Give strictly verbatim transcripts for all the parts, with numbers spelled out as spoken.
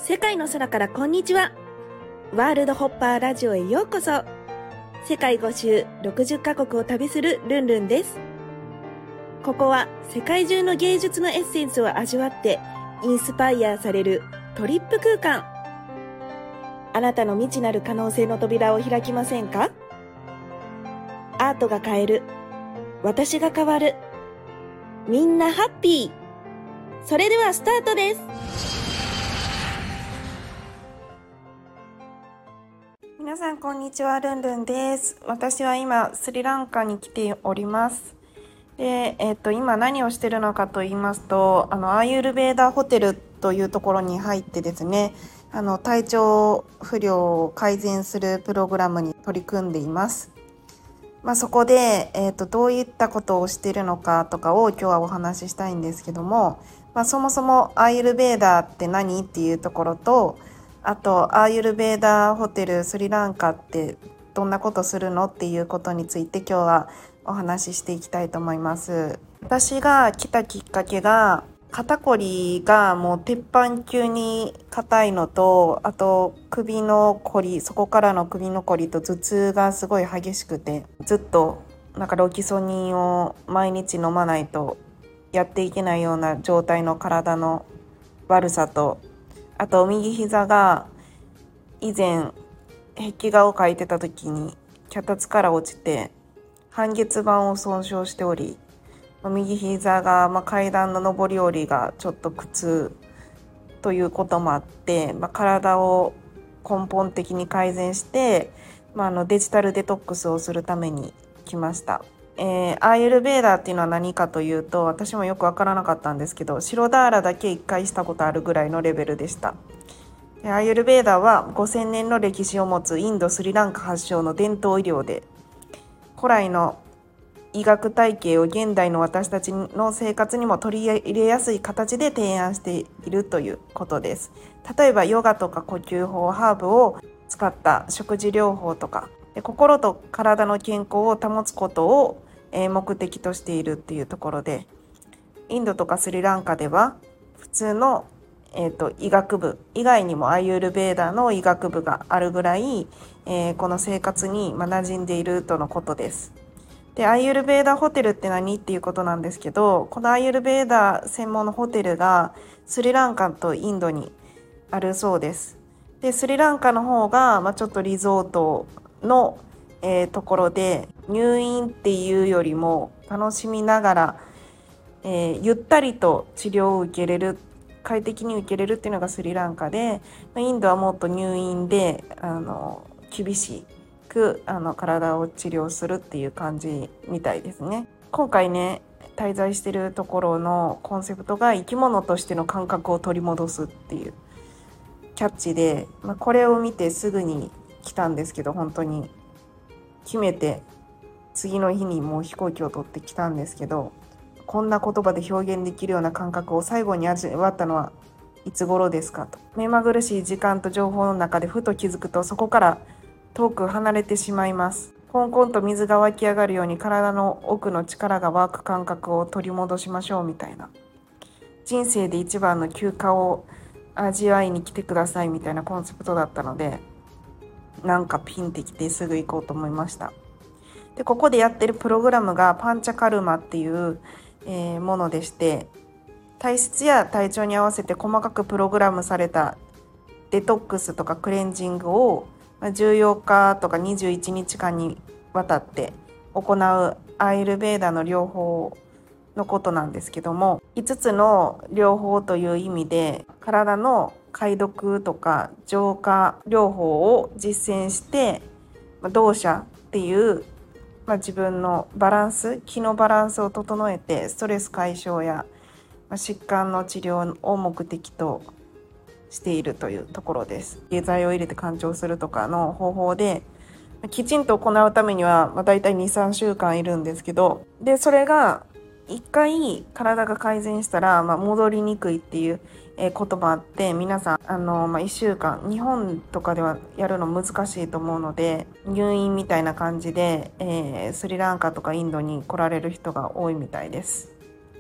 世界の空からこんにちは。ワールドホッパーラジオへようこそ。世界ご周ろくじゅっカ国を旅するルンルンです。ここは世界中の芸術のエッセンスを味わってインスパイアされるトリップ空間。あなたの未知なる可能性の扉を開きませんか？アートが変える。私が変わる。みんなハッピー。それではスタートです。皆さんこんにちは、ルンルンです。私は今スリランカに来ております。で、えっと今何をしているのかと言いますと、あのアーユルヴェーダホテルというところに入ってですね、あの体調不良を改善するプログラムに取り組んでいます。まあ、そこで、えっとどういったことをしているのかとかを今日はお話ししたいんですけども、まあ、そもそもアーユルヴェーダって何っていうところと、あとアーユルヴェーダホテルスリランカってどんなことするのっていうことについて今日はお話ししていきたいと思います。私が来たきっかけが、肩こりがもう鉄板級に硬いのと、あと首のこり、そこからの首のこりと頭痛がすごい激しくて、ずっとなんかロキソニンを毎日飲まないとやっていけないような状態の体の悪さと、あと右膝が以前壁画を描いてた時に脚立から落ちて半月板を損傷しており、右膝が、まあ、階段の上り下りがちょっと苦痛ということもあって、まあ、体を根本的に改善して、まあ、あのデジタルデトックスをするために来ました。えー、アーユルヴェーダっていうのは何かというと、私もよくわからなかったんですけど、白ダーラだけいっかいしたことあるぐらいのレベルでした。でアーユルヴェーダはごせんねんの歴史を持つインドスリランカ発祥の伝統医療で、古来の医学体系を現代の私たちの生活にも取り入れやすい形で提案しているということです。例えばヨガとか呼吸法、ハーブを使った食事療法とか、心と体の健康を保つことを目的としているっていうところで、インドとかスリランカでは普通の、えーと、医学部以外にもアーユルヴェーダの医学部があるぐらい、えー、この生活に馴染んでいるとのことです。で、アーユルヴェーダホテルって何っていうことなんですけど、このアーユルヴェーダ専門のホテルがスリランカとインドにあるそうです。で、スリランカの方が、まあ、ちょっとリゾートの、えー、ところで、入院っていうよりも楽しみながら、えー、ゆったりと治療を受けれる、快適に受けれるっていうのがスリランカで、インドはもっと入院であの厳しいあの体を治療するっていう感じみたいですね。今回ね滞在してるところのコンセプトが生き物としての感覚を取り戻すっていうキャッチで、まあ、これを見てすぐに来たんですけど、本当に決めて次の日にもう飛行機を取ってきたんですけど、こんな言葉で表現できるような感覚を最後に味わったのはいつ頃ですかと。目まぐるしい時間と情報の中でふと気づくと、そこから遠く離れてしまいます。コンコンと水が湧き上がるように体の奥の力が湧く感覚を取り戻しましょうみたいな。人生で一番の休暇を味わいに来てくださいみたいなコンセプトだったので、なんかピンってきてすぐ行こうと思いました。で、ここでやってるプログラムがパンチャカルマっていう、えー、ものでして、体質や体調に合わせて細かくプログラムされたデトックスとかクレンジングをじゅうよっかとかにじゅういちにちかんにわたって行うアーユルヴェーダの療法のことなんですけども、いつつの療法という意味で体の解読とか浄化療法を実践して、動作っていう、まあ、自分のバランス、気のバランスを整えてストレス解消や、まあ、疾患の治療を目的としているというところです。下剤を入れて干潮するとかの方法できちんと行うためには、まあ、大体 にさんしゅうかんいるんですけど、でそれがいっかい体が改善したら、まあ、戻りにくいっていうこともあって、皆さんあの、まあ、いっしゅうかん日本とかではやるの難しいと思うので、入院みたいな感じで、えー、スリランカとかインドに来られる人が多いみたいです。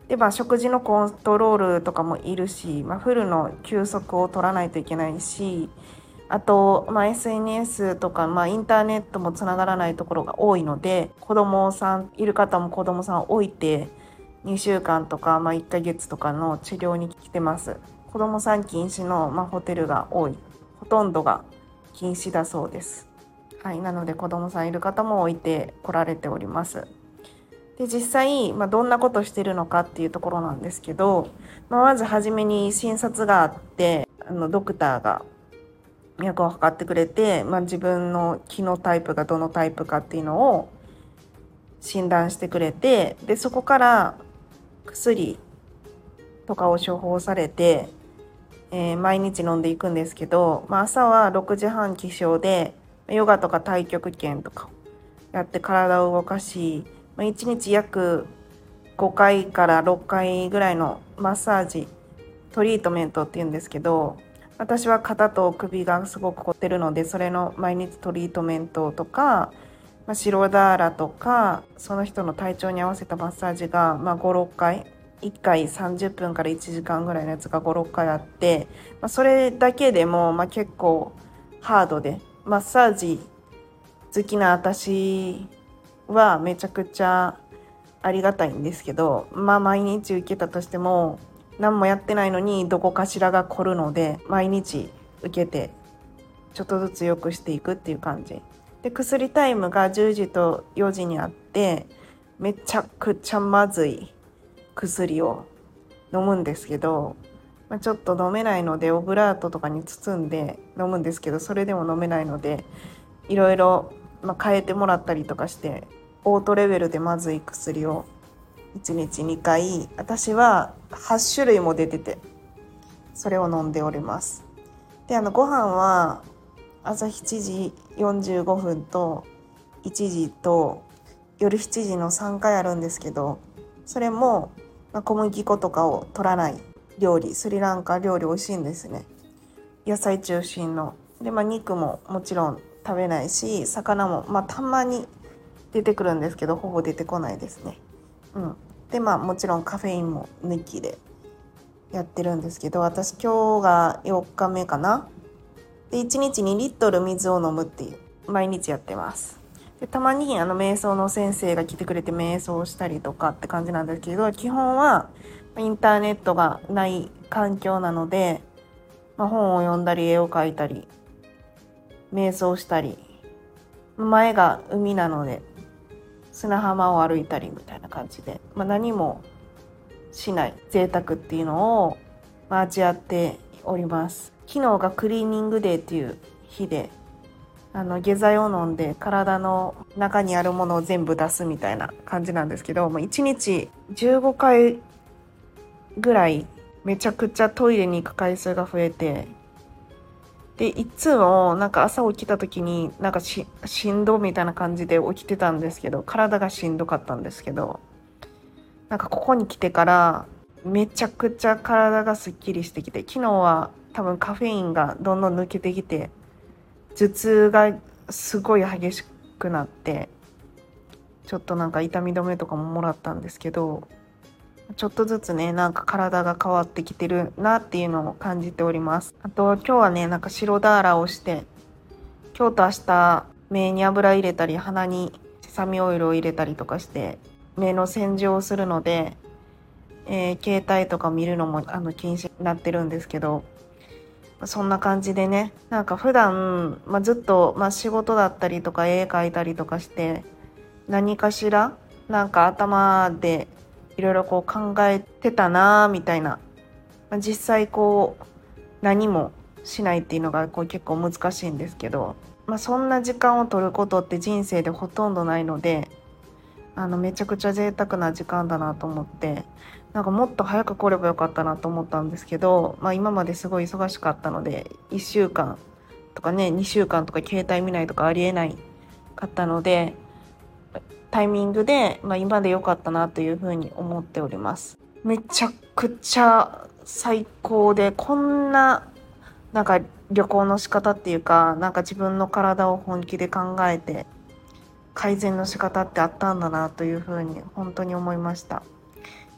で、まあ、食事のコントロールとかもいるし、まあ、フルの休息を取らないといけないし、あと、まあ、エスエヌエス とか、まあ、インターネットもつながらないところが多いので、子供さんいる方も子供さんを置いてにしゅうかんとか、まあ、いっかげつとかの治療に来てます。子供さん禁止の、まあ、ホテルが多い。ほとんどが禁止だそうです。はい、なので子供さんいる方も置いて来られております。で、実際、まあ、どんなことしてるのかっていうところなんですけど、まあ、まずはじめに診察があって、あのドクターが脈を測ってくれて、まあ、自分の気のタイプがどのタイプかっていうのを診断してくれて、でそこから薬とかを処方されて、えー、毎日飲んでいくんですけど、まあ、朝はろくじはん起床でヨガとか太極拳とかやって体を動かし、まあ、いちにち約ごかいからろっかいぐらいのマッサージトリートメントっていうんですけど、私は肩と首がすごく凝ってるので、それの毎日トリートメントとか、まあ、白ダーラとか、その人の体調に合わせたマッサージが、まあ、ご、ろっかい、いっかいさんじゅっぷんからいちじかんぐらいのやつがご、ろっかいあって、まあ、それだけでも、まあ、結構ハードで、マッサージ好きな私はめちゃくちゃありがたいんですけど、まあ毎日受けたとしても何もやってないのにどこかしらが凝るので、毎日受けてちょっとずつ良くしていくっていう感じで、薬タイムがじゅうじとよじにあって、めちゃくちゃまずい薬を飲むんですけど、まあ、ちょっと飲めないのでオブラートとかに包んで飲むんですけど、それでも飲めないのでいろいろまあ変えてもらったりとかして、オートレベルでまずい薬をいちにちにかい、私ははちしゅるいも出てて、それを飲んでおります。で、あのご飯は朝しちじよんじゅうごふんといちじと夜しちじのさんかいあるんですけど、それも、まあ、小麦粉とかを取らない料理、スリランカ料理美味しいんですね。野菜中心の。で、まあ、肉ももちろん食べないし、魚も、まあ、たまに出てくるんですけど、ほぼ出てこないですね。うん。で、まあ、もちろんカフェインも抜きでやってるんですけど、私今日がよっかめかな。で、いちにちにリットル水を飲むっていう、毎日やってます。で、たまにあの瞑想の先生が来てくれて瞑想したりとかって感じなんですけど、基本はインターネットがない環境なので、まあ、本を読んだり絵を描いたり瞑想したり、前が海なので砂浜を歩いたりみたいな感じで、まあ、何もしない贅沢っていうのを味わっております。昨日がクリーニングデーっていう日で、あの下剤を飲んで体の中にあるものを全部出すみたいな感じなんですけど、もういちにちじゅうごかいぐらいめちゃくちゃトイレに行く回数が増えて、でいつもなんか朝起きた時になんか し, しんどみたいな感じで起きてたんですけど、体がしんどかったんですけど、なんかここに来てからめちゃくちゃ体がすっきりしてきて、昨日は多分カフェインがどんどん抜けてきて頭痛がすごい激しくなって、ちょっとなんか痛み止めとかももらったんですけど、ちょっとずつね、なんか体が変わってきてるなっていうのを感じております。あと今日はね、なんか白ダーラをして、今日と明日目に油入れたり鼻にセサミオイルを入れたりとかして目の洗浄をするので、えー、携帯とか見るのもあの禁止になってるんですけど、そんな感じでね、なんか普段、まあ、ずっと、まあ、仕事だったりとか絵描いたりとかして何かしらなんか頭でいろいろこう考えてたなみたいな、まあ、実際こう何もしないっていうのがこう結構難しいんですけど、まあ、そんな時間を取ることって人生でほとんどないので、あのめちゃくちゃ贅沢な時間だなと思って、なんかもっと早く来ればよかったなと思ったんですけど、まあ、今まですごい忙しかったのでいっしゅうかんとかねにしゅうかんとか携帯見ないとかありえないかったので、タイミングで、まあ、今でよかったなというふうに思っております。めちゃくちゃ最高で、こんななんか旅行の仕方っていうか、なんか自分の体を本気で考えて改善の仕方ってあったんだなというふうに本当に思いました。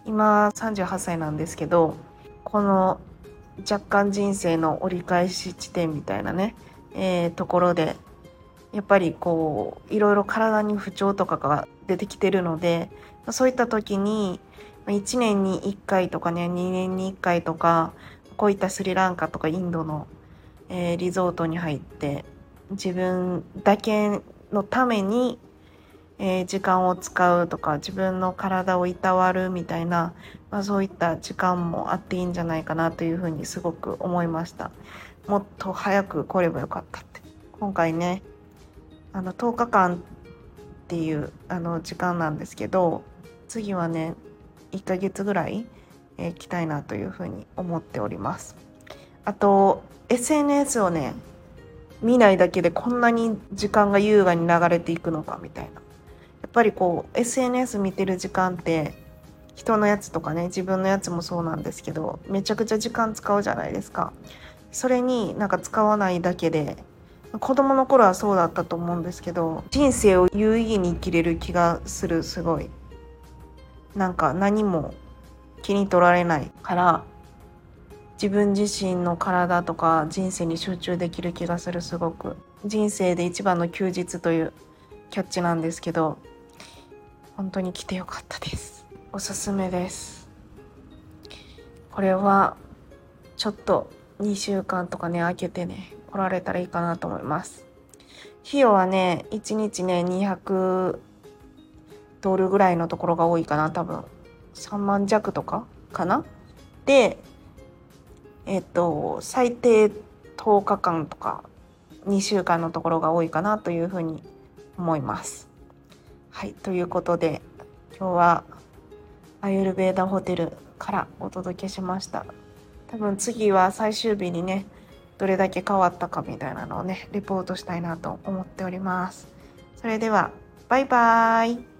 今さんじゅうはっさいなんですけど、この若干人生の折り返し地点みたいなね、えー、ところでやっぱりこういろいろ体に不調とかが出てきてるので、そういった時にいちねんにいっかいとかね、にねんにいっかいとか、こういったスリランカとかインドの、えー、リゾートに入って自分だけのために、えー、時間を使うとか、自分の体をいたわるみたいな、まあ、そういった時間もあっていいんじゃないかなというふうにすごく思いました。もっと早く来ればよかったって。今回ね、あのとおかかんっていうあの時間なんですけど、次はねいっかげつぐらい、えー、来たいなというふうに思っております。あと エスエヌエス をね見ないだけでこんなに時間が優雅に流れていくのかみたいな。やっぱりこう エスエヌエス 見てる時間って人のやつとかね、自分のやつもそうなんですけど、めちゃくちゃ時間使うじゃないですか。それになんか使わないだけで、子供の頃はそうだったと思うんですけど、人生を有意義に生きれる気がする。すごいなんか何も気に取られないから自分自身の体とか人生に集中できる気がする。すごく人生で一番の休日というキャッチなんですけど、本当に来てよかったです。おすすめです。これはちょっとにしゅうかんとかね空けてね来られたらいいかなと思います。費用はねいちにちねにひゃくドルぐらいのところが多いかな。多分さんまんじゃくとかかな。でえっと最低とおかかんとかにしゅうかんのところが多いかなというふうに思います。はい、ということで今日はアユルベーダホテルからお届けしました。多分次は最終日にねどれだけ変わったかみたいなのをねレポートしたいなと思っております。それではバイバーイ。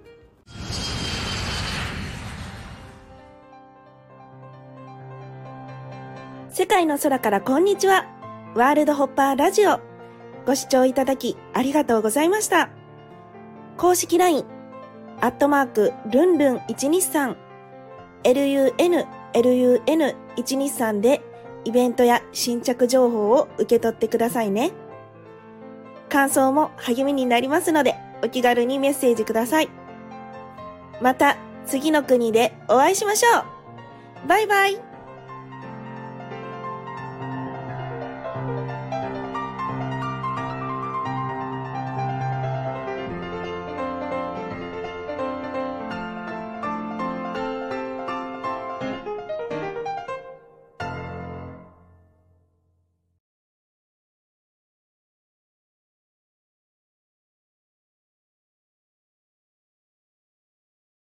世界の空からこんにちは。ワールドホッパーラジオ。ご視聴いただきありがとうございました。公式 ライン、アットマーク、ルンルンいちにさん、ルンルンいちにさん でイベントや新着情報を受け取ってくださいね。感想も励みになりますので、お気軽にメッセージください。また次の国でお会いしましょう。バイバイ。